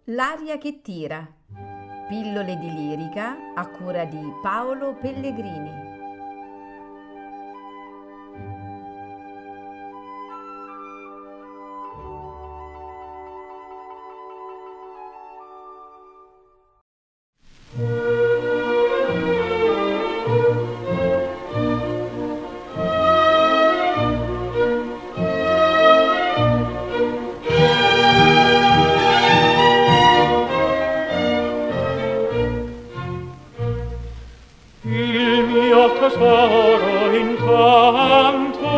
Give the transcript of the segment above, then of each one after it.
L'aria che tira. Pillole di lirica a cura di Paolo Pellegrini. Il mio tesoro intanto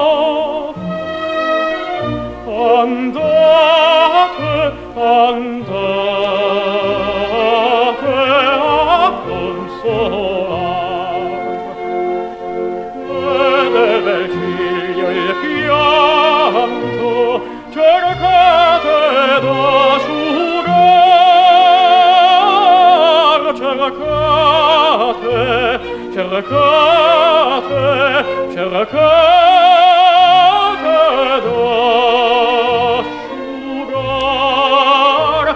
andate, andate a consolar e del ciglio il pianto cercate d'asciugar, cercate, cercate d'asciugar,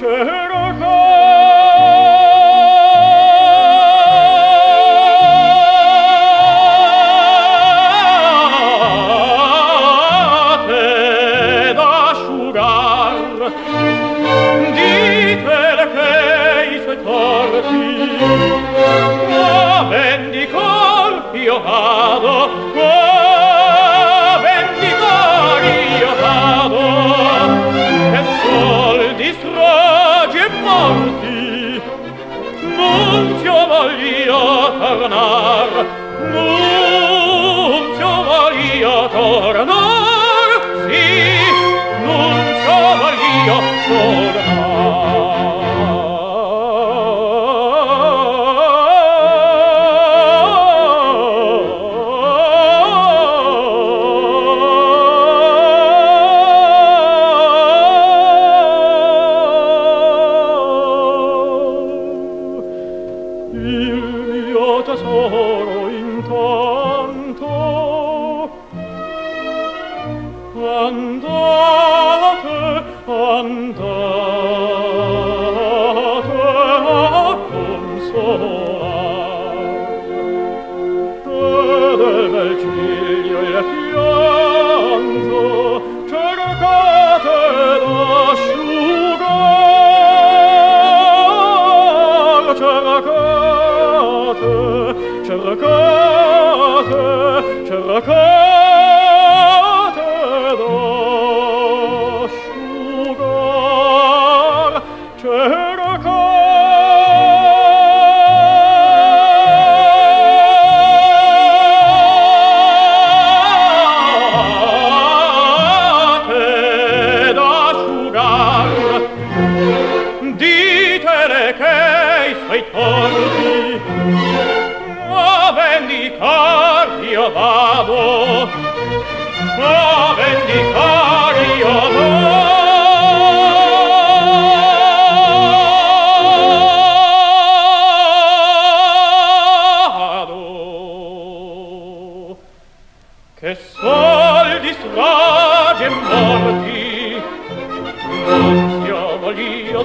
cercate d'asciugar. Ditele che i suoi torti a vendicar io vado, a vendicar io vado, e sol distrugge e morti, Nunzio voglio tornar, Nunzio voglio tornar, sì, Nunzio voglio il mio tesoro intanto andate, andate a consolare e del bel ciglio il pianto cercate d'asciugar, cercate, cercate, cercate d'asciugar, cercate d'asciugar. Ditele che i suoi torti a vendicar io vado, a vendicar io vado, che sol distragge morti, Nunzio voglio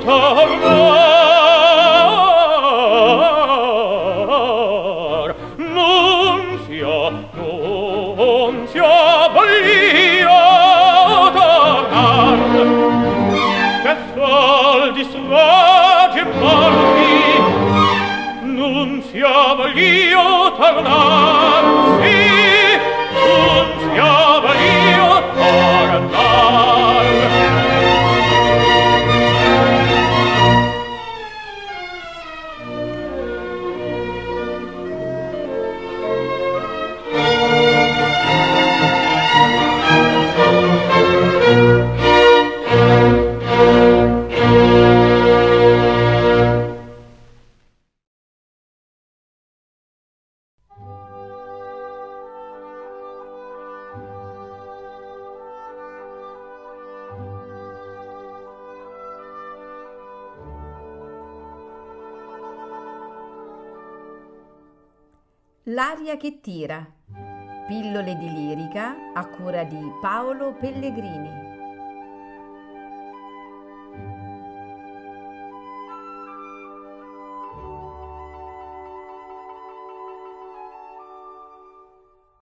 tornar, Nunzio, Nunzio voglio tornar, che sol distragge morti, Nunzio voglio tornar, sì, Nunzio voglio tornar. L'aria che tira. Pillole di lirica a cura di Paolo Pellegrini.